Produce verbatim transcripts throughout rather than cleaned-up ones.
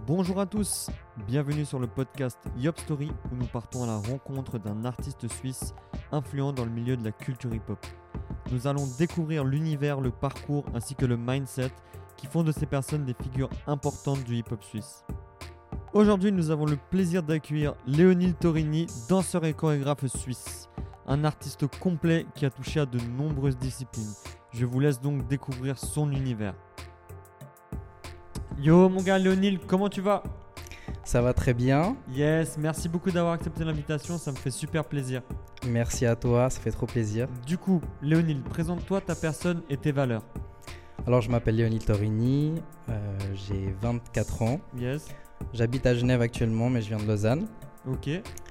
Bonjour à tous, bienvenue sur le podcast Yop Story où nous partons à la rencontre d'un artiste suisse influent dans le milieu de la culture hip-hop. Nous allons découvrir l'univers, le parcours ainsi que le mindset qui font de ces personnes des figures importantes du hip-hop suisse. Aujourd'hui, nous avons le plaisir d'accueillir Léonil Torini, danseur et chorégraphe suisse, un artiste complet qui a touché à de nombreuses disciplines. Je vous laisse donc découvrir son univers. Yo mon gars Léonil, comment tu vas? Ça va très bien. Yes, merci beaucoup d'avoir accepté l'invitation, ça me fait super plaisir. Merci à toi, ça fait trop plaisir. Du coup, Léonil, présente-toi ta personne et tes valeurs. Alors je m'appelle Léonil Torini, euh, j'ai vingt-quatre ans. Yes. J'habite à Genève actuellement, mais je viens de Lausanne. Ok.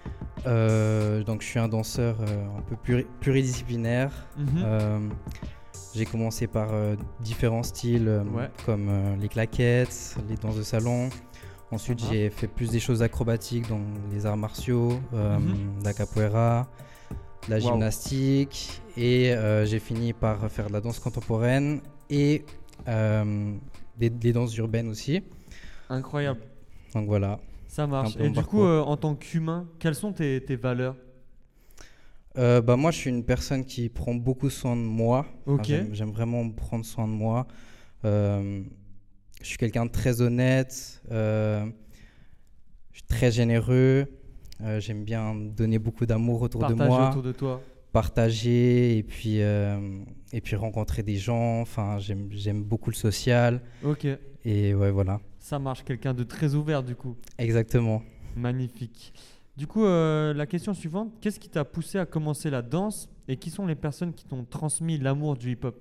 Euh, donc je suis un danseur euh, un peu pluri- pluridisciplinaire. Mhm. Euh, j'ai commencé par euh, différents styles euh, Ouais. comme euh, les claquettes, les danses de salon. Ensuite Ça j'ai fait plus des choses acrobatiques, donc les arts martiaux, euh, Mhm. la capoeira, la Wow. gymnastique. Et euh, j'ai fini par faire de la danse contemporaine et euh, des, des danses urbaines aussi. Incroyable, Donc voilà. ça marche. Un peu Et mon du coup, parcours. euh, en tant qu'humain, quelles sont tes, tes valeurs? Euh, bah moi, je suis une personne qui prend beaucoup soin de moi. Enfin, Ok. j'aime, j'aime vraiment prendre soin de moi. Euh, je suis quelqu'un de très honnête. Euh, je suis très généreux. Euh, j'aime bien donner beaucoup d'amour autour Partager de moi, autour de toi. partager et puis euh, et puis rencontrer des gens. Enfin, j'aime j'aime beaucoup le social. Ok, Et ouais, voilà. ça marche, quelqu'un de très ouvert du coup. Exactement. Magnifique. Du coup, euh, la question suivante, qu'est-ce qui t'a poussé à commencer la danse et qui sont les personnes qui t'ont transmis l'amour du hip-hop?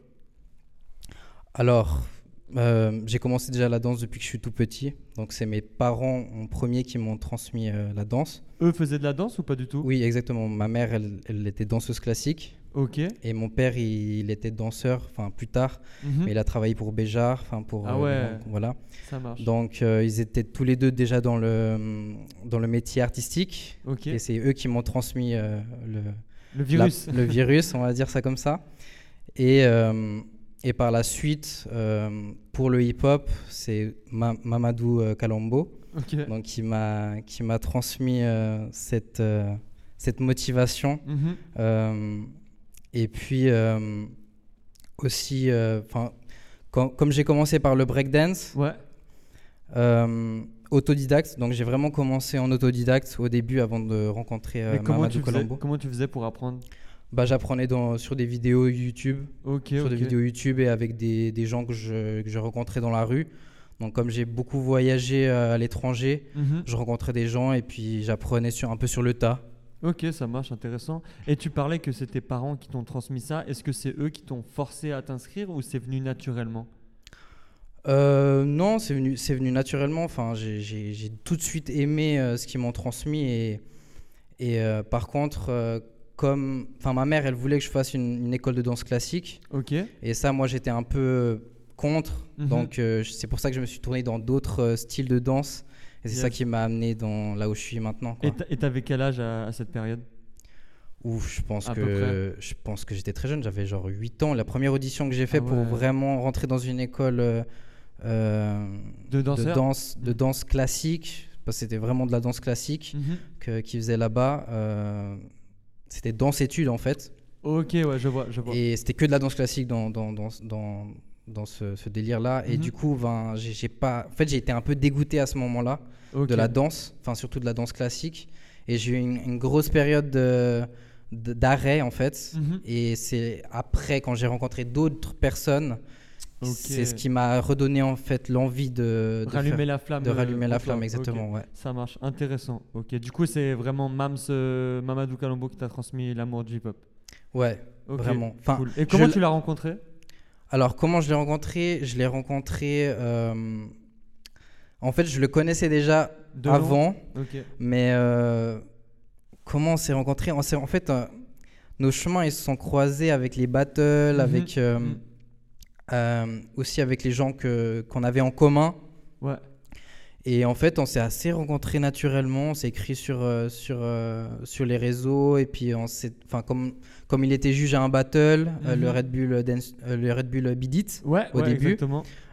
Alors, euh, j'ai commencé déjà la danse depuis que je suis tout petit. Donc, c'est mes parents en premier qui m'ont transmis euh, la danse. Eux faisaient de la danse ou pas du tout? Oui, exactement. Ma mère, elle, elle était danseuse classique. Ok. Et mon père, il, il était danseur, enfin plus tard. Mhm. Mais il a travaillé pour Béjart, enfin pour... Ah euh, ouais. donc, voilà. Ça marche. Donc, euh, ils étaient tous les deux déjà dans le, dans le métier artistique. Ok. Et c'est eux qui m'ont transmis euh, le, Le virus. la- le virus, on va dire ça comme ça. Et, euh, et par la suite, euh, pour le hip-hop, c'est Ma- Mamadou euh, Kalombo, Ok. donc qui m'a qui m'a transmis euh, cette euh, cette motivation. Mhm. Euh, et puis euh, aussi, euh, 'fin, quand- comme j'ai commencé par le breakdance, Ouais. euh, autodidacte, donc j'ai vraiment commencé en autodidacte au début avant de rencontrer euh, Et comment Mamadou tu, faisais, Kalombo. comment tu faisais pour apprendre? Bah, j'apprenais dans, sur des vidéos YouTube, Ok, sur ok. des vidéos YouTube et avec des, des gens que je, que je rencontrais dans la rue. Donc comme j'ai beaucoup voyagé euh, à l'étranger, Mhm. je rencontrais des gens et puis j'apprenais sur, un peu sur le tas. Ok, ça marche, intéressant. Et tu parlais que c'est tes parents qui t'ont transmis ça. Est-ce que c'est eux qui t'ont forcé à t'inscrire ou c'est venu naturellement? Euh, non, c'est venu, c'est venu naturellement. Enfin, j'ai, j'ai, j'ai tout de suite aimé euh, ce qu'ils m'ont transmis. Et, et euh, par contre, euh, comme, enfin, ma mère, elle voulait que je fasse une, une école de danse classique. Ok. Et ça, moi, j'étais un peu contre. Mhm. Donc, euh, c'est pour ça que je me suis tourné dans d'autres euh, styles de danse. Et c'est Yes. ça qui m'a amené dans, là où je suis maintenant, quoi. Et t'a- et t'avais quel âge à, à cette période? Ouf, je pense À peu que je pense que j'étais très jeune, j'avais genre huit ans. La première audition que j'ai fait Ah pour ouais. vraiment rentrer dans une école euh, euh, De danseur? danse, de Mhm. danse classique, parce que c'était vraiment de la danse classique Mhm. que, qu'ils faisaient là-bas. euh, c'était danse-études en fait. Ok, ouais, je vois, je vois. Et c'était que de la danse classique dans, dans, dans, dans, dans ce, ce délire-là. Et Mhm. du coup, ben, j'ai, j'ai pas... en fait, j'ai été un peu dégoûté à ce moment-là Ok. de la danse, enfin surtout de la danse classique. Et j'ai eu une, une grosse période de- de- d'arrêt en fait. Mhm. Et c'est après, quand j'ai rencontré d'autres personnes, Ok. c'est ce qui m'a redonné en fait l'envie de, de Rallumer faire- la flamme. de euh, rallumer la en toi. flamme, Ok. exactement. Ouais. Ça marche, intéressant. Ok, du coup, c'est vraiment Mams, euh, Mamadou Kalombo qui t'a transmis l'amour du hip-hop. Ouais, Ok, vraiment. Enfin, cool. Et comment je- tu l'as rencontré? Alors, comment je l'ai rencontré? Je l'ai rencontré. euh, En fait, je le connaissais déjà De nom? avant, Ok. mais euh, comment on s'est rencontrés? On s'est- En fait, euh, nos chemins ils se sont croisés avec les battles, Mhm. avec euh, Mhm. euh, aussi avec les gens que qu'on avait en commun. Ouais. Et en fait, on s'est assez rencontrés naturellement. On s'est écrit sur euh, sur euh, sur les réseaux et puis on s'est, enfin comme comme il était juge à un battle, euh, Mhm. le Red Bull Dance, euh, le Red Bull Beat It. Ouais, Au ouais, début. exactement.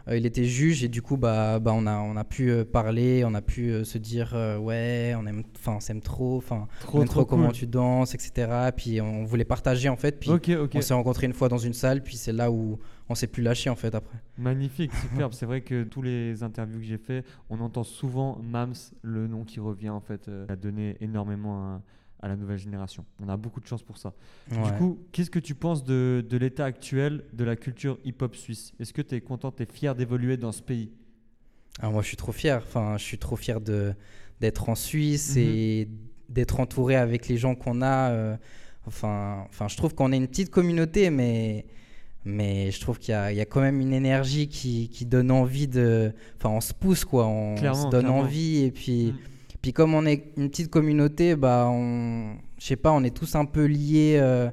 Euh, il était juge et du coup, bah, bah, on, a, on a pu euh, parler, on a pu euh, se dire euh, ouais, on aime, on s'aime trop, enfin, Trop, on aime trop trop comment cool. tu danses, et cetera. Puis on voulait partager en fait. Puis Ok, ok. on s'est rencontrés une fois dans une salle, puis c'est là où on s'est plus lâché en fait après. Magnifique, superbe. C'est vrai que tous les interviews que j'ai fait, on entend souvent Mams, le nom qui revient en fait, euh, a donné énormément à, à la nouvelle génération. On a beaucoup de chance pour ça. Du Ouais. coup, qu'est-ce que tu penses de, de l'état actuel de la culture hip-hop suisse? Est-ce que tu es content, tu es fier d'évoluer dans ce pays? Alors moi, je suis trop fier. Enfin, je suis trop fier de d'être en Suisse Mhm. et d'être entouré avec les gens qu'on a. euh, enfin, enfin, je trouve qu'on est une petite communauté, mais mais je trouve qu'il y a, il y a quand même une énergie qui, qui donne envie de. Enfin, on se pousse quoi. On Clairement, se donne clairement. envie et puis Mm. puis comme on est une petite communauté, bah on, je sais pas, on est tous un peu liés. euh,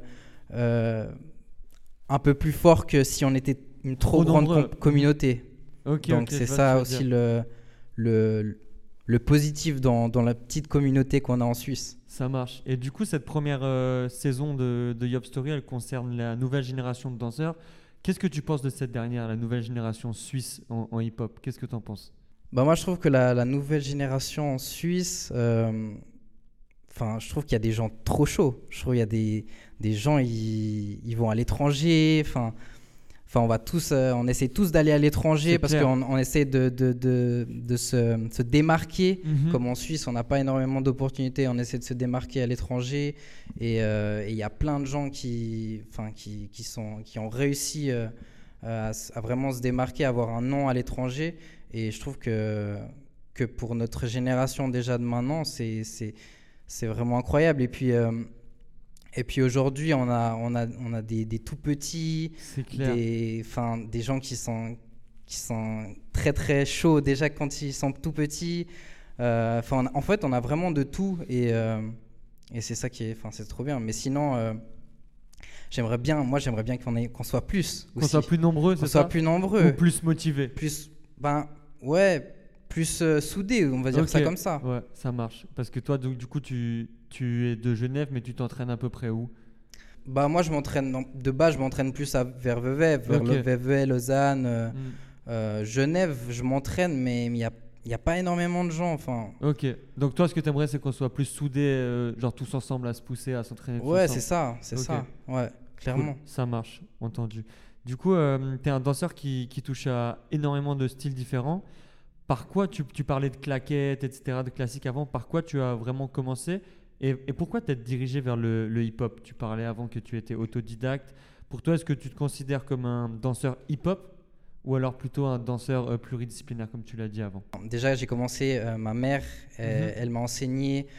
euh, un peu plus fort que si on était une trop, Trop grande nombreux. com- communauté. Ok, Donc ok, c'est je vois ça ce que aussi tu veux dire. le, le, le positif dans, dans la petite communauté qu'on a en Suisse. Ça marche. Et du coup, cette première euh, saison de, de Yop Story, elle concerne la nouvelle génération de danseurs. Qu'est-ce que tu penses de cette dernière, la nouvelle génération suisse en, en hip-hop? Qu'est-ce que tu en penses? Bah moi je trouve que la, la nouvelle génération en Suisse, euh, enfin je trouve qu'il y a des gens trop chauds. Je trouve qu'il y a des, des gens, ils, ils vont à l'étranger, enfin... Enfin, on va tous, euh, on essaie tous d'aller à l'étranger C'est parce clair. qu'on on essaie de, de, de, de se, se démarquer. Mhm. Comme en Suisse, on n'a pas énormément d'opportunités, on essaie de se démarquer à l'étranger. Et euh, et il y a plein de gens qui, enfin, qui, qui, sont, qui ont réussi euh, à, s- à vraiment se démarquer, à avoir un nom à l'étranger. Et je trouve que, que pour notre génération déjà de maintenant, c'est, c'est, c'est vraiment incroyable. Et puis, euh, et puis aujourd'hui, on a, on a, on a des, des tout petits, C'est clair. des, enfin, des gens qui sont, qui sont très très chauds déjà quand ils sont tout petits. Euh, Enfin, on a- en fait, on a vraiment de tout et, euh, et c'est ça qui est, enfin, c'est trop bien. Mais sinon, euh, j'aimerais bien, moi, j'aimerais bien qu'on ait, qu'on soit plus Qu'on aussi, soit plus nombreux, qu'on c'est soit ça? plus Ou nombreux, plus motivés? plus, ben, ouais, plus euh, soudés, on va dire Ok. ça comme ça. Ouais, ça marche. Parce que toi, donc, du coup, tu, tu es de Genève, mais tu t'entraînes à peu près où? Bah, moi, je m'entraîne dans- de base, je m'entraîne plus à, vers Vevey, vers Ok. le Vevey, Lausanne. euh, Mm. Euh, Genève, je m'entraîne, mais il n'y a, il y a pas énormément de gens. Enfin, Ok. Donc toi, ce que tu aimerais, c'est qu'on soit plus soudés, euh, genre tous ensemble à se pousser, à s'entraîner tous ouais, ensemble. c'est ça, c'est Ok. ça. Ouais, clairement. Cool, ça marche, entendu. Du coup, tu es un danseur qui, qui touche à énormément de styles différents. Par quoi tu, tu parlais de claquettes, et cetera, de classiques avant, par quoi tu as vraiment commencé et, et pourquoi t'être dirigé vers le, le hip-hop? Tu parlais avant que tu étais autodidacte. Pour toi, est-ce que tu te considères comme un danseur hip-hop ou alors plutôt un danseur euh, pluridisciplinaire, comme tu l'as dit avant? Déjà, j'ai commencé, euh, ma mère, euh, Mhm. elle m'a enseigné.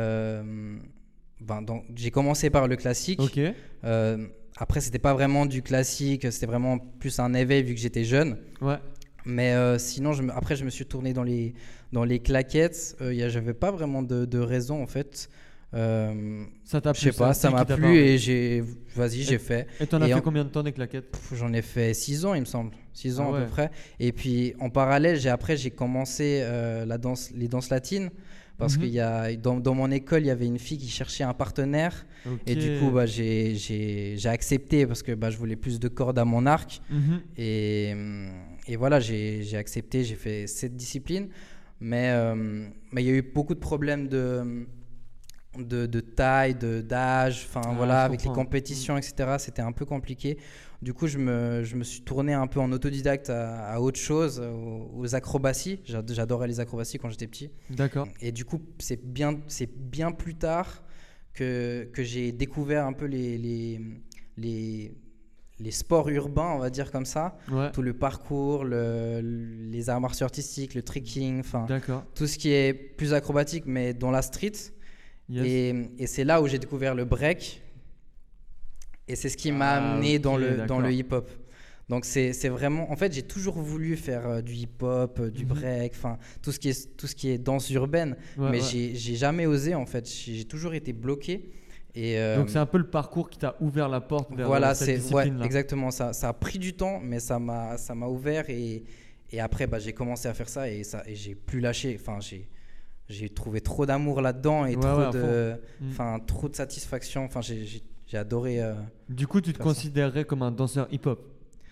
euh, ben, donc, j'ai commencé par le classique. Ok, Euh, après, c'était pas vraiment du classique, c'était vraiment plus un éveil vu que j'étais jeune. ouais, Mais euh, sinon, je me- après, je me suis tourné dans les, dans les claquettes. Euh, y a- j'avais pas vraiment de, de raison en fait. Euh, ça t'a je plu, sais pas, c'est un ça style m'a qui t'a plu parlé. et j'ai, vas-y, j'ai fait. Et t'en as Et fait en- combien de temps des claquettes? Pff, J'en ai fait six ans, il me semble. six ans Ah à ouais. peu près. Et puis en parallèle, j'ai, après, j'ai commencé euh, la danse, les danses latines. Parce Mhm. qu'il y a, dans, dans mon école, il y avait une fille qui cherchait un partenaire. Ok. Et du coup, bah, j'ai, j'ai, j'ai accepté parce que bah, je voulais plus de cordes à mon arc. Mhm. Et, hum, et voilà, j'ai, j'ai accepté, j'ai fait cette discipline. Mais euh, mais il y a eu beaucoup de problèmes de, de, de taille, de, d'âge, enfin Ah, voilà, je avec les comprends. compétitions, et cetera. C'était un peu compliqué. Du coup, je me, je me suis tourné un peu en autodidacte à, à autre chose, aux, aux acrobaties. J'a- J'adorais les acrobaties quand j'étais petit. D'accord. Et du coup, c'est bien, c'est bien plus tard que, que j'ai découvert un peu les, les, les, les sports urbains, on va dire comme ça. Ouais. Tout le parcours, le, les arts martiaux artistiques, le tricking, enfin D'accord. tout ce qui est plus acrobatique, mais dans la street. Yes. Et, et c'est là où j'ai découvert le break. Et c'est ce qui m'a Ah, amené dans ok, le, dans le d'accord. hip-hop. Donc c'est c'est vraiment... En fait, j'ai toujours voulu faire euh, du hip-hop, euh, du Mhm. break, enfin tout ce qui est, tout ce qui est danse urbaine. Ouais, mais ouais. j'ai j'ai jamais osé, en fait. J'ai j'ai toujours été bloqué. Et, euh, Donc c'est un peu le parcours qui t'a ouvert la porte vers voilà, euh, cette c'est ouais, discipline-là. exactement ça. Ça a pris du temps, mais ça m'a ça m'a ouvert et, et après bah, j'ai commencé à faire ça et ça et j'ai plus lâché. Enfin j'ai j'ai trouvé trop d'amour là-dedans et Ouais, trop ouais, à de Mm. enfin trop de satisfaction. Enfin j'ai j'ai j'ai adoré. euh, Du coup, tu te faire ça. considérerais comme un danseur hip-hop?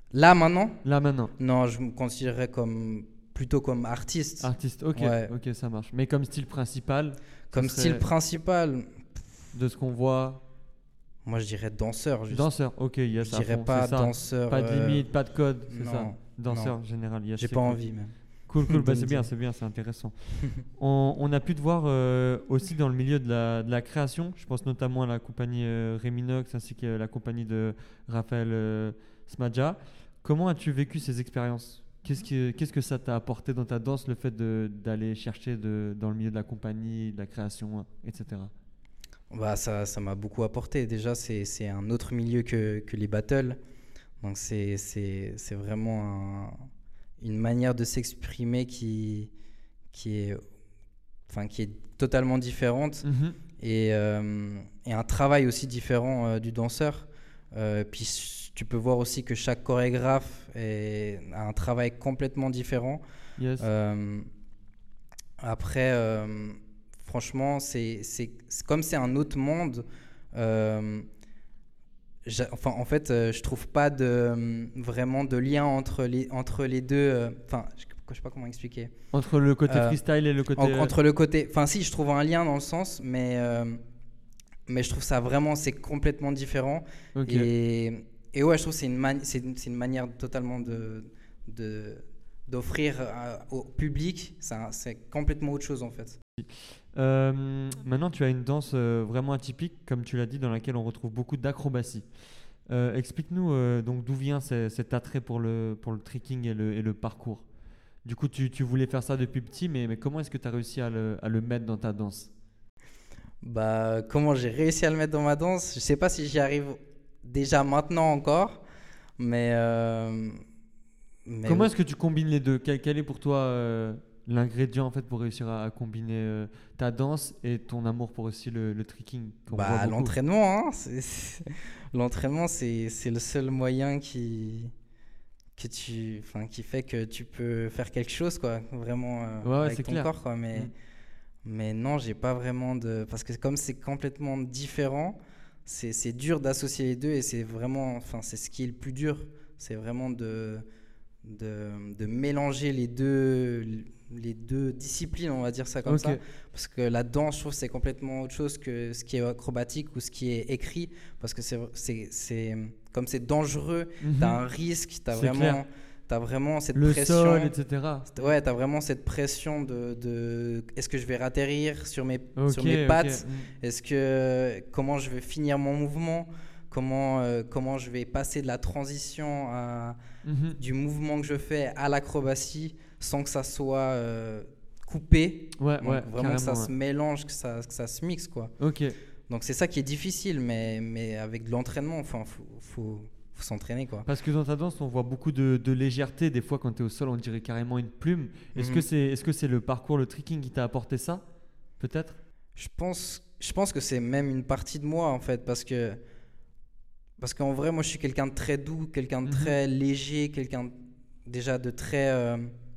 Là, maintenant? Là, maintenant. Non, je me considérerais comme, plutôt comme artiste. Artiste, ok, Ouais. ok, ça marche. Mais comme style principal, Comme ce style serait principal, de ce qu'on voit, moi je dirais danseur. Juste. danseur, ok, yes, Je à dirais fond, pas c'est ça. danseur. Pas de euh, limite, pas de code, c'est non, ça. Danseur non. général, yes, J'ai c'est pas cool. envie même. Cool, cool, bah de c'est me bien, dire. c'est bien, c'est intéressant. on, on a pu te voir euh, aussi dans le milieu de la, de la création. Je pense notamment à la compagnie euh, Reminox ainsi que la compagnie de Raphaël euh, Smadja. Comment as-tu vécu ces expériences? Qu'est-ce que, qu'est-ce que ça t'a apporté dans ta danse, le fait de, d'aller chercher de, dans le milieu de la compagnie, de la création, et cetera. Bah, ça, ça m'a beaucoup apporté. Déjà, c'est, c'est un autre milieu que, que les battles. Donc, c'est, c'est, c'est vraiment un- une manière de s'exprimer qui, qui, est, enfin, qui est totalement différente Mhm. et, euh, et un travail aussi différent euh, du danseur. Euh, puis, s- tu peux voir aussi que chaque chorégraphe est- a un travail complètement différent. Yes. Euh, Après, euh, franchement, c'est, c'est, c'est- comme c'est un autre monde. euh, j'a- enfin, en fait, euh, je trouve pas de, euh, vraiment de lien entre les, entre les deux. euh, Enfin, je, je sais pas comment expliquer. Entre le côté Euh, freestyle et le côté. En- entre le côté, enfin, si, je trouve un lien dans le sens, mais euh, mais je trouve ça vraiment, c'est complètement différent. Ok. Et, et ouais, je trouve que c'est une, mani- c'est une, c'est une manière totalement de, de, d'offrir à- au public. C'est, un- c'est complètement autre chose en fait. Euh, maintenant, tu as une danse euh, vraiment atypique, comme tu l'as dit, dans laquelle on retrouve beaucoup d'acrobatie. Euh, explique-nous euh, donc d'où vient ce- cet attrait pour le, pour le tricking et le, et le parcours. Du coup, tu, tu voulais faire ça depuis petit, mais, mais comment est-ce que tu as réussi à le, à le mettre dans ta danse? Bah, comment j'ai réussi à le mettre dans ma danse? Je sais pas si j'y arrive déjà maintenant encore, mais, euh, mais Comment est-ce que tu combines les deux? Quel, quel est pour toi euh, l'ingrédient en fait pour réussir à, à combiner euh, ta danse et ton amour pour aussi le, le tricking qu'on voit bah, beaucoup? l'entraînement, hein, c'est, c'est- l'entraînement, c'est, c'est le seul moyen qui, que tu, enfin, qui fait que tu peux faire quelque chose, quoi, vraiment euh, Ouais, ouais, avec c'est ton clair. corps, quoi. Mais, Mm. mais non, j'ai pas vraiment de, parce que comme c'est complètement différent, c'est, c'est dur d'associer les deux et c'est vraiment, enfin, c'est ce qui est le plus dur, c'est vraiment de, de, de mélanger les deux, les deux disciplines, on va dire ça comme Ok. ça. Parce que la danse, je trouve, c'est complètement autre chose que ce qui est acrobatique ou ce qui est écrit. Parce que c'est, c'est, c'est comme c'est dangereux, Mhm. t'as un risque, t'as C'est vraiment, clair. t'as vraiment cette Le pression. sol, et cetera. Ouais, t'as vraiment cette pression de, de est-ce que je vais atterrir sur mes, Ok, sur mes ok. pattes? Mm. Est-ce que comment je vais finir mon mouvement? Comment, euh, comment je vais passer de la transition à, Mhm. du mouvement que je fais à l'acrobatie sans que ça soit euh, coupé. Ouais, Donc, ouais, vraiment que ça carrément, se mélange, que ça, que ça se mixe, quoi. Ok. Donc c'est ça qui est difficile, mais, mais avec de l'entraînement, enfin, faut, faut, faut s'entraîner, quoi. Parce que dans ta danse, on voit beaucoup de, de légèreté. Des fois, quand tu es au sol, on dirait carrément une plume. Est-ce Mhm. que c'est est-ce que c'est le parcours, le tricking qui t'a apporté ça? Peut-être? Je pense, je pense que c'est même une partie de moi, en fait, parce que parce qu'en vrai, moi, je suis quelqu'un de très doux, quelqu'un de Mhm. très léger, quelqu'un de- déjà de très euh,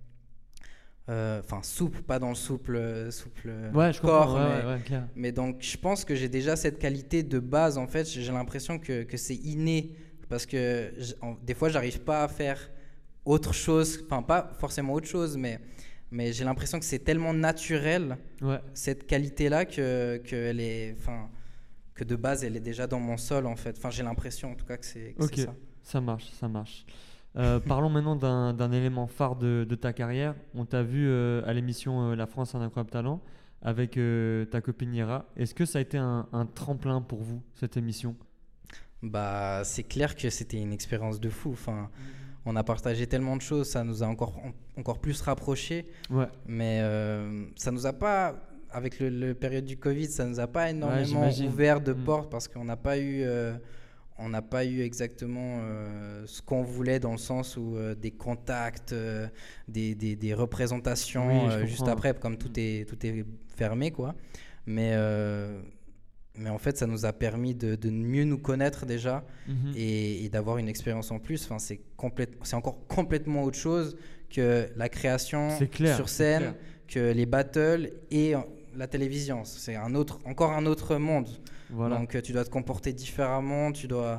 euh, enfin souple, pas dans le souple, euh, souple Ouais, je corps, comprends. Ouais, mais, ouais, ouais, clair. mais donc je pense que j'ai déjà cette qualité de base. En fait, j'ai l'impression que, que c'est inné parce que j'- en- des fois, j'arrive pas à faire autre chose, enfin pas forcément autre chose, mais mais j'ai l'impression que c'est tellement naturel Ouais. cette qualité-là que que elle est, enfin que de base, elle est déjà dans mon sol en fait. Enfin, j'ai l'impression en tout cas que c'est que Ok, c'est ça. ça marche, ça marche. Euh, parlons maintenant d'un d'un élément phare de, de ta carrière. On t'a vu euh, à l'émission euh, La France a un incroyable talent avec euh, ta copine Yera. Est-ce que ça a été un, un tremplin pour vous, cette émission? Bah, c'est clair que c'était une expérience de fou. Enfin, on a partagé tellement de choses, ça nous a encore, en- encore plus rapprochés. Ouais, Mais euh, ça nous a pas, avec le, le période du Covid, ça nous a pas énormément j'imagine. ouvert de Mm. portes parce qu'on n'a pas eu, euh, on n'a pas eu exactement euh, ce qu'on voulait dans le sens où euh, des contacts, euh, des, des, des représentations Oui, je euh, juste comprends. après, comme tout est, tout est fermé, quoi. Mais, euh, mais en fait, ça nous a permis de, de mieux nous connaître déjà Mhm. et, et d'avoir une expérience en plus. Enfin, c'est complète, c'est encore complètement autre chose que la création C'est clair, sur c'est scène, clair. que les battles et euh, la télévision. C'est un autre, encore un autre monde. Voilà. Donc, euh, tu dois te comporter différemment, tu dois,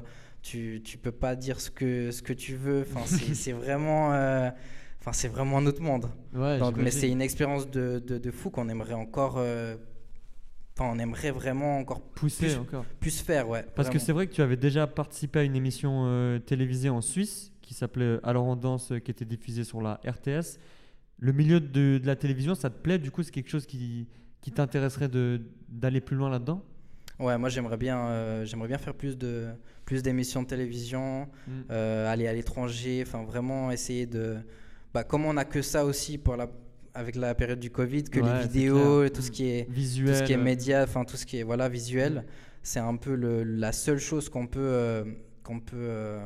tu tu peux pas dire ce que ce que tu veux. Enfin, c'est c'est vraiment euh, enfin c'est vraiment un autre monde. Ouais, Donc, mais j'imagine. c'est une expérience de de, de fou qu'on aimerait encore. euh, Enfin, on aimerait vraiment encore Pousser plus encore. plus faire, ouais. Parce que vraiment. c'est vrai que tu avais déjà participé à une émission euh, télévisée en Suisse qui s'appelait Alors on danse, euh, qui était diffusée sur la R T S. Le milieu de, de la télévision, ça te plaît? Du coup, c'est quelque chose qui, qui t'intéresserait de, d'aller plus loin là-dedans? Ouais, moi j'aimerais bien, euh, j'aimerais bien faire plus de, plus d'émissions de télévision, Mm. euh, aller à l'étranger, enfin vraiment essayer de, bah, comme on a que ça aussi pour la, avec la période du Covid, que Ouais, les c'est vidéos, clair. et tout ce Mm. qui est, tout Visuel. ce qui est euh, média, enfin tout ce qui est voilà visuel, c'est un peu le, la seule chose qu'on peut, euh, qu'on peut euh,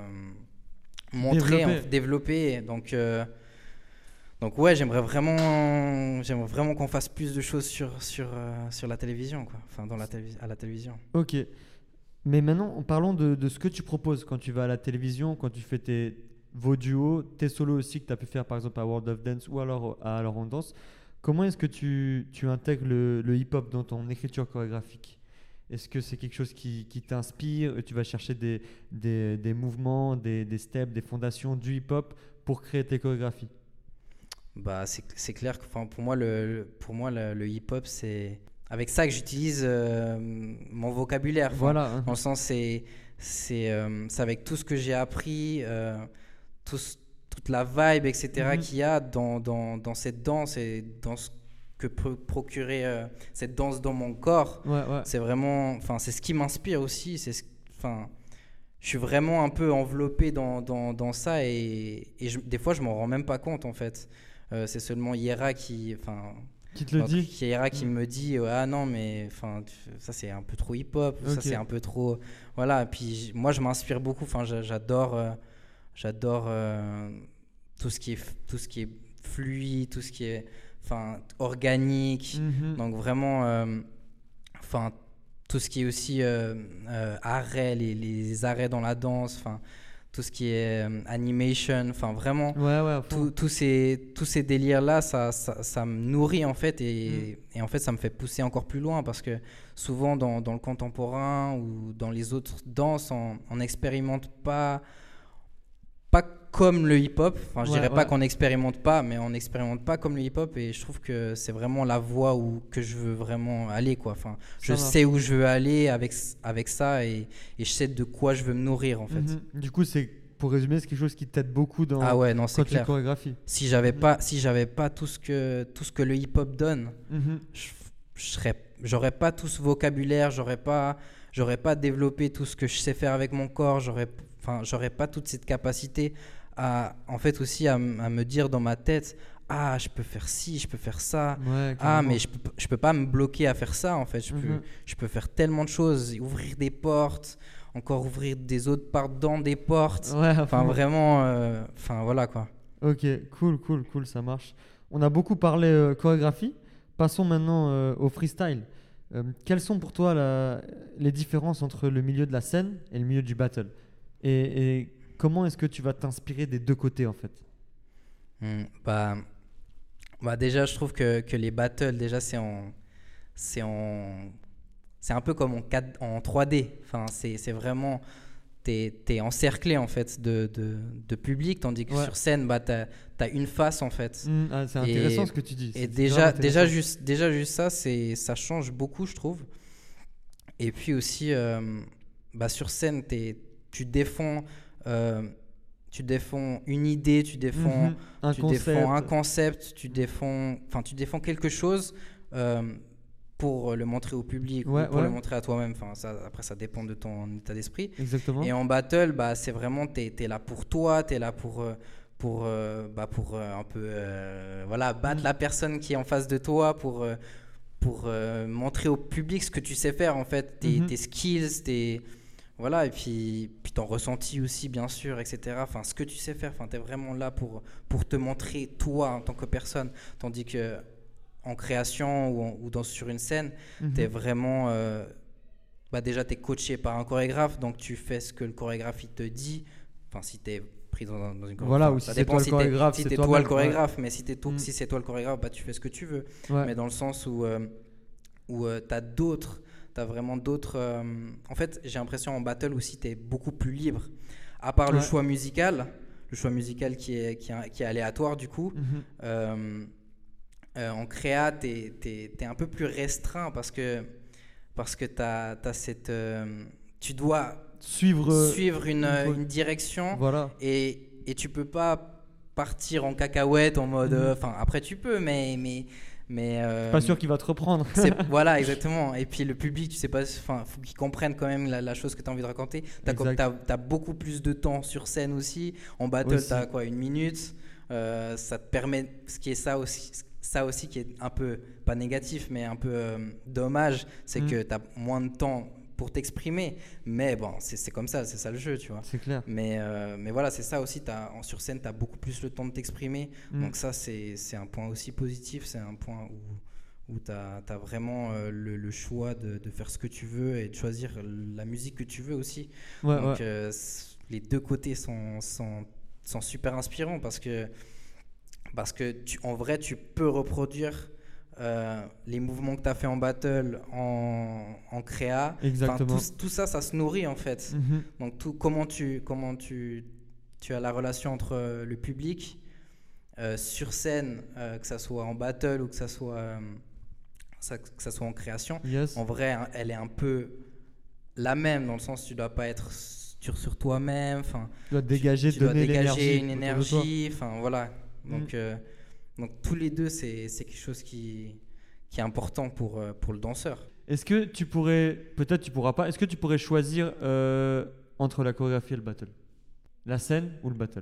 montrer, Développer. en- développer. Donc, euh, donc ouais, j'aimerais vraiment, j'aimerais vraiment qu'on fasse plus de choses sur, sur, euh, sur la télévision, quoi. Enfin dans la télévi- à la télévision. Ok. Mais maintenant, en parlant de, de ce que tu proposes quand tu vas à la télévision, quand tu fais tes, vos duos, tes solos aussi que tu as pu faire par exemple à World of Dance ou alors à Alors on danse, comment est-ce que tu, tu intègres le, le hip-hop dans ton écriture chorégraphique? Est-ce que c'est quelque chose qui, qui t'inspire? Tu vas chercher des, des, des mouvements, des, des steps, des fondations du hip-hop pour créer tes chorégraphies? Bah, c'est, c'est clair que enfin, pour moi, le, le- pour moi, le, le hip-hop, c'est avec ça que j'utilise euh, mon vocabulaire. Enfin, Voilà. hein. dans le sens, c'est, c'est, euh, c'est avec tout ce que j'ai appris, euh, tout ce- toute la vibe, et cetera, Mhm. qu'il y a dans, dans, dans cette danse et dans ce que peut procurer euh, cette danse dans mon corps. Ouais, ouais. C'est vraiment, enfin, c'est ce qui m'inspire aussi. C'est, ce- enfin, je suis vraiment un peu enveloppé dans, dans, dans ça et, et je- des fois, je m'en rends même pas compte en fait. Euh, c'est seulement Yera qui, enfin, Qui te le donc, dit? Yera qui Mm. me dit euh, ah non mais enfin tu- ça c'est un peu trop hip-hop, ça Ok. c'est un peu trop, voilà. Et puis j- moi je m'inspire beaucoup. Enfin, j'a- j'adore, euh, j'adore euh, tout ce qui est, f- tout ce qui est fluide, tout ce qui est, enfin, organique. Mhm. Donc vraiment, euh, enfin, tout ce qui est aussi euh, euh, arrêt, les, les arrêts dans la danse, enfin, tout ce qui est euh, animation, enfin, vraiment, Ouais, ouais, à fond. tout- tous ces, tous ces délires-là, ça, ça, ça me nourrit en fait, et, Mm. et en fait, ça me fait pousser encore plus loin parce que souvent dans, dans le contemporain ou dans les autres danses, on n'expérimente pas, pas comme le hip-hop. Enfin, je Ouais, dirais pas ouais. qu'on n'expérimente pas, mais on n'expérimente pas comme le hip-hop, et je trouve que c'est vraiment la voie où que je veux vraiment aller, quoi. Enfin, je Ça marche. sais où je veux aller avec, avec ça, et, et je sais de quoi je veux me nourrir en fait. Mhm. Du coup, c'est, pour résumer, c'est quelque chose qui t'aide beaucoup dans, Ah ouais, non, quand c'est tu clair. chorégraphies. Si j'avais Mhm. pas, si j'avais pas tout ce que tout ce que le hip-hop donne, Mhm. je, je serais, j'aurais pas tout ce vocabulaire, j'aurais pas, j'aurais pas développé tout ce que je sais faire avec mon corps, j'aurais, enfin, j'aurais pas toute cette capacité à, en fait aussi à, m- à me dire dans ma tête, ah, je peux faire ci, je peux faire ça. Ouais, Ah, carrément. mais je peux, je peux pas me bloquer à faire ça en fait. Je, peux, Mhm. je peux faire tellement de choses, ouvrir des portes, encore ouvrir des autres portes dans des portes. Ouais, à Enfin, fond. vraiment, euh, enfin voilà quoi. Ok, cool, cool, cool, ça marche. On a beaucoup parlé euh, chorégraphie. Passons maintenant euh, au freestyle. Euh, quelles sont pour toi la- les différences entre le milieu de la scène et le milieu du battle? Et, et comment est-ce que tu vas t'inspirer des deux côtés en fait? Hmm, bah, bah déjà, je trouve que, que les battles, déjà, c'est en, c'est en, c'est un peu comme en, quatre en trois D. Enfin, c'est, c'est vraiment, t'es, t'es encerclé en fait de, de, de public, tandis que Ouais. sur scène, bah, t'as, t'as une face en fait. Hmm, ah, c'est Et- intéressant ce que tu dis. Et C'est déjà, grave déjà, intéressant. juste, déjà juste ça, c'est, ça change beaucoup, je trouve. Et puis aussi, euh, bah, sur scène, t'es, tu défends, euh, tu défends une idée, tu défends, Mhm. Un tu concept. défends un concept, tu défends, enfin, tu défends quelque chose euh, pour le montrer au public Ouais, ou pour ouais. le montrer à toi-même. Enfin, ça, après, ça dépend de ton état d'esprit. Exactement. Et en battle, bah, c'est vraiment, t'es, t'es là pour toi, t'es là pour, euh, pour, euh, bah, pour euh, un peu, euh, voilà, battre Mm. la personne qui est en face de toi, pour, euh, pour euh, montrer au public ce que tu sais faire, en fait, tes, Mhm. tes skills, tes, voilà, et puis, puis ton ressenti aussi, bien sûr, et cetera. Enfin, ce que tu sais faire, enfin, t'es vraiment là pour, pour te montrer toi en tant que personne, tandis que en création ou, en- ou dans, sur une scène, Mhm. t'es vraiment, euh, bah déjà t'es coaché par un chorégraphe, donc tu fais ce que le chorégraphe il te dit. Enfin, si t'es pris dans, un- dans une chorégraphie, Voilà, ou ça si c'est dépend toi le si t'es- chorégraphe, si c'est t'es toi toi-même, le chorégraphe, mais si, t'es toi- Mm. si c'est toi le chorégraphe, bah tu fais ce que tu veux. Ouais. Mais dans le sens où, euh, où euh, t'as d'autres, tu as vraiment d'autres... euh, En fait, j'ai l'impression en battle aussi, tu es beaucoup plus libre. À part le Ouais. choix musical, le choix musical qui est, qui est, qui est aléatoire du coup, Mhm. euh, euh, en créa, tu es un peu plus restreint parce que, parce que t'as, t'as cette, euh, tu dois Suivre. euh, suivre une, une- une direction Voilà. et, et tu peux pas partir en cacahuète en mode... Mhm. euh, Enfin, après tu peux, mais... mais, mais euh, Pas sûr qu'il va te reprendre. c'est- voilà, exactement. Et puis le public, tu sais pas, enfin, faut qu'il comprenne quand même la, la chose que tu as envie de raconter. Tu Exact. as, beaucoup plus de temps sur scène aussi. En battle, Aussi. tu as quoi, une minute. Euh, ça te permet, ce qui est ça aussi, ça aussi qui est un peu, pas négatif, mais un peu euh, dommage, c'est Mm. que tu as moins de temps pour t'exprimer. Mais bon, c'est c'est comme ça, c'est ça le jeu, tu vois. C'est clair. Mais, euh, mais voilà, c'est ça aussi. T'as, en, sur scène, tu as beaucoup plus le temps de t'exprimer. Mm. Donc ça, c'est c'est un point aussi positif. C'est un point où, où tu as vraiment euh, le, le choix de, de faire ce que tu veux et de choisir la musique que tu veux aussi. Ouais, Donc ouais. euh, les deux côtés sont, sont, sont super inspirants parce que, parce que tu, en vrai, tu peux reproduire euh, les mouvements que tu as fait en battle, en, en créa. Enfin, Exactement. tout, tout ça, ça se nourrit en fait. Mhm. Donc tout, comment, tu, comment tu, tu as la relation entre euh, le public, euh, sur scène, euh, que ça soit en battle ou que ça soit, euh, ça, que ça soit en création, Yes. en vrai, hein, elle est un peu la même dans le sens où tu dois pas être sur, sur toi-même. Enfin, Tu dois dégager, tu dois donner dégager l'énergie une autour de toi. énergie. Enfin voilà. Donc, Mm. euh, donc tous les deux, c'est c'est quelque chose qui, qui est important pour, euh, pour le danseur. Est-ce que tu pourrais, peut-être tu pourras pas, est-ce que tu pourrais choisir euh, entre la chorégraphie et le battle? La scène ou le battle?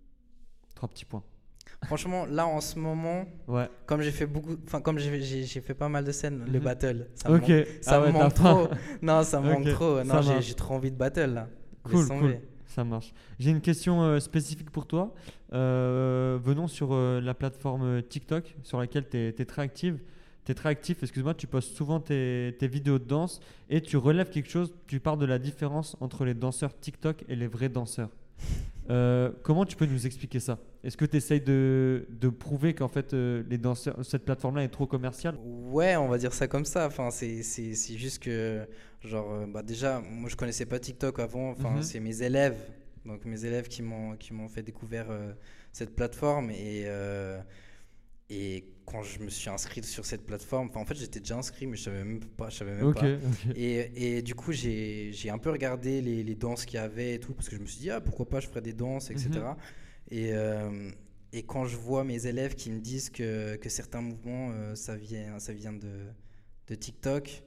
Trois petits points. Franchement, là en ce moment, Ouais. comme j'ai fait beaucoup, enfin comme j'ai j'ai- j'ai fait pas mal de scènes, le Mhm. battle, ça Ok. me manque, ça Ah me ouais, manque t'as faim. trop. Non, ça me Ok, manque trop. ça Non, j'ai marche. j'ai trop envie de battle là. Cool, Laisse tomber. cool. Ça marche. J'ai une question euh, spécifique pour toi. Euh, venons sur euh, la plateforme TikTok sur laquelle tu es, très active. Tu es très actif, excuse-moi, tu postes souvent tes, tes vidéos de danse et tu relèves quelque chose, tu parles de la différence entre les danseurs TikTok et les vrais danseurs. Euh, comment tu peux nous expliquer ça? Est-ce que tu essayes de, de prouver qu'en fait euh, les danseurs, cette plateforme-là est trop commerciale? Ouais, on va dire ça comme ça. Enfin, c'est c'est c'est juste que genre euh, bah déjà, moi je connaissais pas TikTok avant. Enfin, Mhm. c'est mes élèves, donc mes élèves qui m'ont qui m'ont fait découvrir euh, cette plateforme et euh, et quand je me suis inscrit sur cette plateforme, enfin en fait j'étais déjà inscrit mais je savais même pas, je savais même Ok, pas. ok. Et, et du coup, j'ai j'ai un peu regardé les, les danses qu'il y avait et tout, parce que je me suis dit, ah, pourquoi pas, je ferais des danses, et cetera. Et, euh, et quand je vois mes élèves qui me disent que, que certains mouvements, euh, ça vient, ça vient de, de TikTok.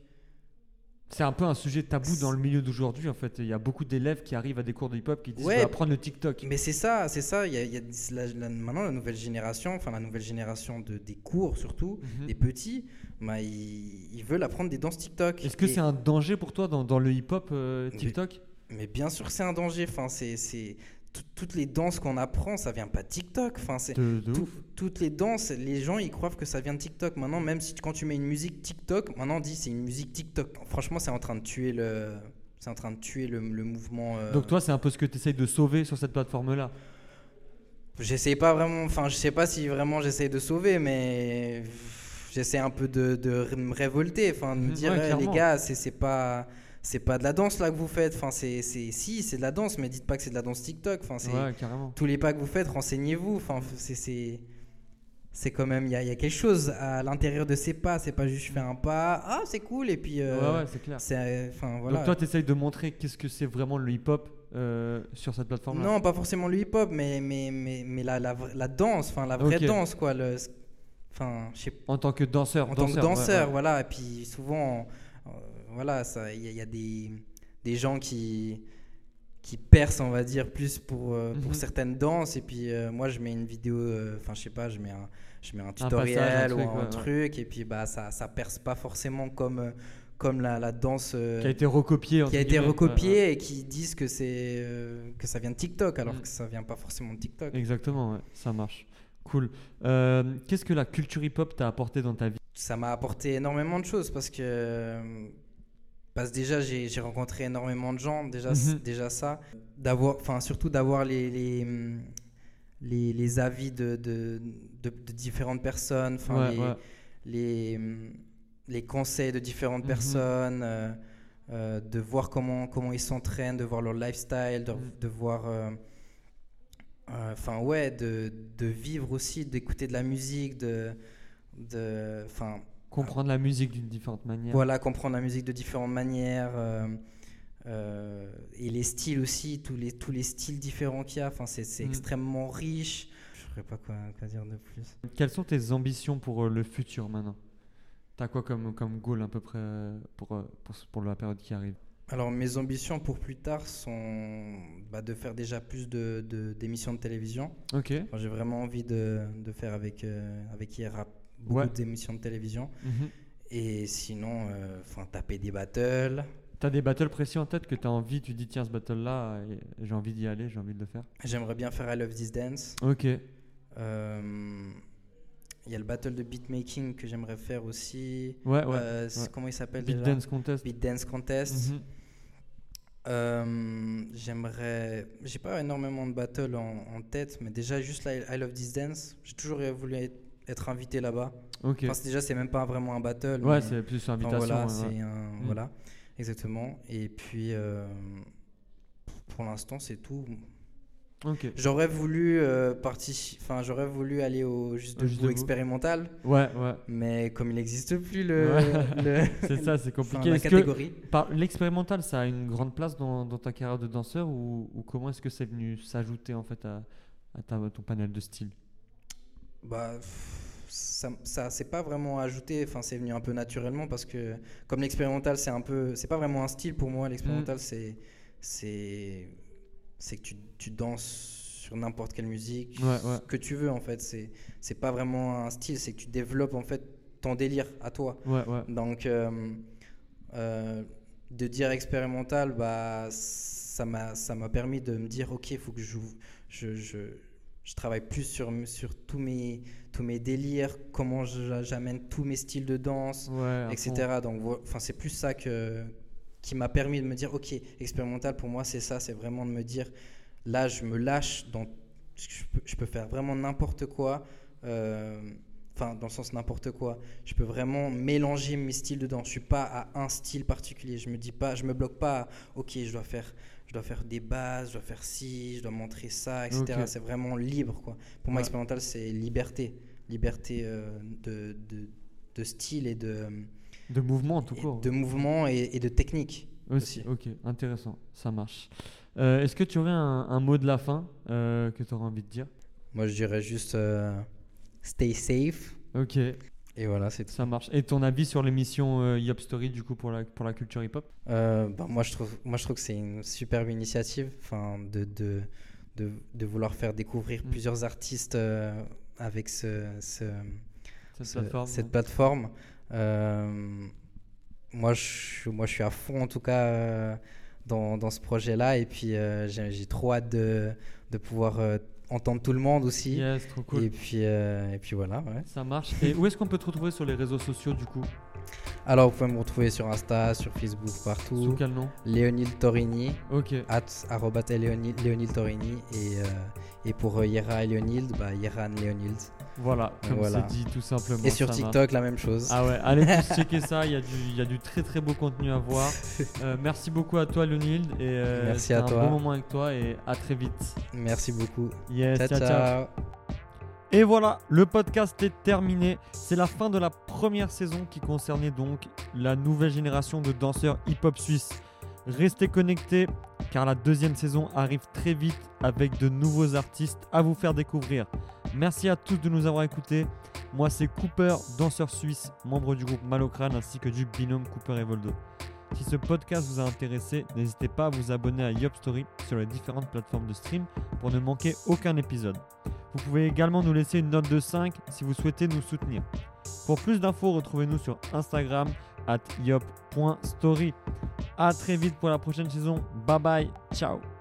C'est un peu un sujet tabou dans le milieu d'aujourd'hui en fait. Il y a beaucoup d'élèves qui arrivent à des cours de hip-hop qui disent Ouais, je vais apprendre le TikTok. Mais c'est ça, c'est ça. Il y a, il y a la- la- maintenant, la nouvelle génération, enfin la nouvelle génération de, des cours surtout, Mhm. des petits, bah, ils, ils veulent apprendre des danses TikTok. Est-ce que Et- c'est un danger pour toi dans, dans le hip-hop euh, Mais- TikTok? Mais bien sûr, c'est un danger. Enfin, c'est, c'est tout- toutes les danses qu'on apprend, ça vient pas de TikTok. Enfin, c'est De, de tout- ouf. toutes les danses. Les gens, ils croient que ça vient de TikTok. Maintenant, même si quand tu mets une musique TikTok, maintenant on dit c'est une musique TikTok. Franchement, c'est en train de tuer le, c'est en train de tuer le, le mouvement. euh. Donc toi, c'est un peu ce que tu essayes de sauver sur cette plateforme-là. J'essaie pas vraiment. Enfin, je sais pas si vraiment j'essaie de sauver, mais j'essaie un peu de, de me révolter. Enfin, de me Mhm, dire, ouais, Eh, les clairement. gars, c'est c'est pas. C'est pas de la danse là que vous faites. Enfin, c'est, c'est, si, c'est de la danse, mais dites pas que c'est de la danse TikTok. Enfin, c'est, Ouais, carrément. tous les pas que vous faites, renseignez-vous. Enfin, c'est, c'est, c'est quand même, il y a, il y a quelque chose à l'intérieur de ces pas. C'est pas juste je fais un pas, ah c'est cool et puis. euh, Ouais, ouais, c'est clair. c'est, enfin voilà. Donc toi, tu essayes de montrer qu'est-ce que c'est vraiment le hip-hop euh, sur cette plateforme-là. Non, pas forcément le hip-hop, mais mais mais mais la la, vra- la danse, enfin la vraie Ok. danse quoi. Le, enfin, je sais En tant que danseur. en tant que danseur, ouais, danseur, ouais. voilà. Et puis souvent, euh, voilà, ça, il y, a- il y a des, des gens qui, qui percent, on va dire, plus pour, euh, pour Mhm. certaines danses. Et puis euh, moi, je mets une vidéo, euh, enfin, je sais pas, je mets un, je mets un passage, tutoriel un ou truc, un ouais, ouais. truc. Et puis bah, ça, ça perce pas forcément comme, euh, comme la, la danse euh, Qui a été recopié. qui a entre été guillemets. recopiée Ouais, ouais. et qui disent que, c'est, euh, que ça vient de TikTok, alors Mhm. que ça vient pas forcément de TikTok. Exactement, ouais, ça marche. Cool. Euh, Qu'est-ce que la culture hip-hop t'a apporté dans ta vie? Ça m'a apporté énormément de choses parce que, parce que déjà j'ai j'ai rencontré énormément de gens, déjà, Mhm. déjà ça, d'avoir, enfin surtout d'avoir les, les, les, les avis de, de, de, de différentes personnes, enfin Ouais, les, ouais. les, les conseils de différentes Mhm. personnes, euh, euh, de voir comment, comment ils s'entraînent, de voir leur lifestyle, de, Mhm. de voir... euh, euh, Enfin, ouais, de, de vivre aussi, d'écouter de la musique, de... de enfin, Comprendre la musique d'une différente manière. voilà, comprendre la musique de différentes manières. euh, euh, et les styles aussi, tous les, tous les styles différents qu'il y a. Enfin, c'est, c'est Mhm. extrêmement riche. Je ne saurais pas quoi, quoi dire de plus. Quelles sont tes ambitions pour euh, le futur maintenant? T'as quoi comme, comme goal à peu près euh, pour, euh, pour, pour la période qui arrive? Alors, mes ambitions pour plus tard sont bah, de faire déjà plus de, de- d'émissions de télévision. Ok. Enfin, j'ai vraiment envie de, de faire avec, euh, avec I R A beaucoup Ouais. d'émissions de télévision. Mhm. Et sinon, euh, enfin, taper des battles. T'as des battles précis en tête que t'as envie, tu dis tiens ce battle là j'ai envie d'y aller, j'ai envie de le faire. J'aimerais bien faire I Love This Dance. Ok. Euh, Il y a le battle de beatmaking que j'aimerais faire aussi. Ouais, ouais. Euh, c'est- ouais. Comment il s'appelle Beat déjà? Dance Contest. Beat Dance Contest. Mhm. Euh, j'aimerais. J'ai pas énormément de battles en, en tête, mais déjà juste la I Love This Dance. J'ai toujours voulu être, être invité là-bas. Ok. Enfin, c'est- déjà, c'est même pas vraiment un battle. Ouais, mais- c'est plus une enfin, invitation. voilà, ouais, ouais. c'est un. Mm. Voilà, exactement. Et puis, euh, pour l'instant, c'est tout. Ok. J'aurais voulu euh, partici- Enfin, j'aurais voulu aller au Juste Au Juste Debout Debout. expérimental, Ouais, ouais. mais comme il n'existe plus le, Ouais. le- C'est ça, c'est enfin, compliqué. la Est-ce que catégorie. par l'expérimental, ça a une grande place dans, dans ta carrière de danseur ou, ou comment est-ce que c'est venu s'ajouter en fait à, à ta- ton panel de style? Bah, pff, ça, ça c'est pas vraiment ajouté. Enfin, c'est venu un peu naturellement parce que comme l'expérimental, c'est un peu, c'est pas vraiment un style pour moi. L'expérimental, Mm. c'est, c'est, c'est que tu, tu danses sur n'importe quelle musique, Ouais, ouais. ce que tu veux en fait. C'est, c'est pas vraiment un style, c'est que tu développes en fait ton délire à toi. Ouais, ouais. Donc, euh, euh, de dire expérimental, bah, ça m'a, ça m'a permis de me dire, ok, il faut que je, je, je, je travaille plus sur, sur tous, mes, tous mes délires, comment je- j'amène tous mes styles de danse, Ouais, à et cetera. Donc, vo- enfin, c'est plus ça que, qui m'a permis de me dire, ok, expérimental pour moi, c'est ça, c'est vraiment de me dire, là, je me lâche, dans, je, peux, je peux faire vraiment n'importe quoi. euh, Enfin, dans le sens n'importe quoi. Je peux vraiment mélanger mes styles de danse. Je suis pas à un style particulier. Je me dis pas, je me bloque pas. À, ok, je dois faire, je dois faire des bases, je dois faire ci, je dois montrer ça, et cetera. Ok. C'est vraiment libre, quoi. Pour moi, Ouais. expérimental, c'est liberté, liberté euh, de, de, de style et de, De mouvement tout et court. de mouvement et, et de technique. Aussi. aussi. Ok, intéressant, ça marche. Euh, est-ce que tu aurais un, un mot de la fin euh, que tu aurais envie de dire? Moi, je dirais juste euh, stay safe. Ok, Et voilà, c'est tout. ça marche. Et ton avis sur l'émission euh, Yop Story du coup pour la, pour la culture hip-hop? Euh, bah, moi, je trouve, moi, je trouve que c'est une superbe initiative, enfin, de, de, de, de vouloir faire découvrir Mm. plusieurs artistes euh, avec ce, ce- Cette ce- plateforme cette ouais. plateforme. Euh, moi, je, suis- moi, je suis à fond, en tout cas, euh, dans, dans ce projet-là. Et puis, euh, j'ai, j'ai trop hâte de, de pouvoir euh, entendre tout le monde aussi. Yes, trop cool. Et puis, euh, et puis voilà. Ouais. Ça marche. Et où est-ce qu'on peut te retrouver sur les réseaux sociaux du coup? Alors, vous pouvez me retrouver sur Insta, sur Facebook, Sous partout. quel nom? Léonil Torini. Ok. at arobase Léonil, Léonil Torini et, euh, et pour euh, Yera et Léonild, bah, Yeran Léonild. Voilà, comme Voilà. c'est dit tout simplement. Et sur ça TikTok, marche. la même chose. Ah ouais, allez tous checker ça, il y, a du- il y a du très très beau contenu à voir. Euh, merci beaucoup à toi Leonild et euh, Merci c'était à un toi. bon moment avec toi et à très vite. Merci beaucoup. Yes, Ciao, ciao, ciao. ciao. Et voilà, le podcast est terminé. C'est la fin de la première saison qui concernait donc la nouvelle génération de danseurs hip-hop suisses. Restez connectés car la deuxième saison arrive très vite avec de nouveaux artistes à vous faire découvrir. Merci à tous de nous avoir écoutés. Moi c'est Cooper, danseur suisse, membre du groupe Malocrane ainsi que du binôme Cooper et Voldo. Si ce podcast vous a intéressé, n'hésitez pas à vous abonner à Yop Story sur les différentes plateformes de stream pour ne manquer aucun épisode. Vous pouvez également nous laisser une note de cinq si vous souhaitez nous soutenir. Pour plus d'infos, retrouvez-nous sur Instagram at yop point story. A très vite pour la prochaine saison. Bye bye, ciao.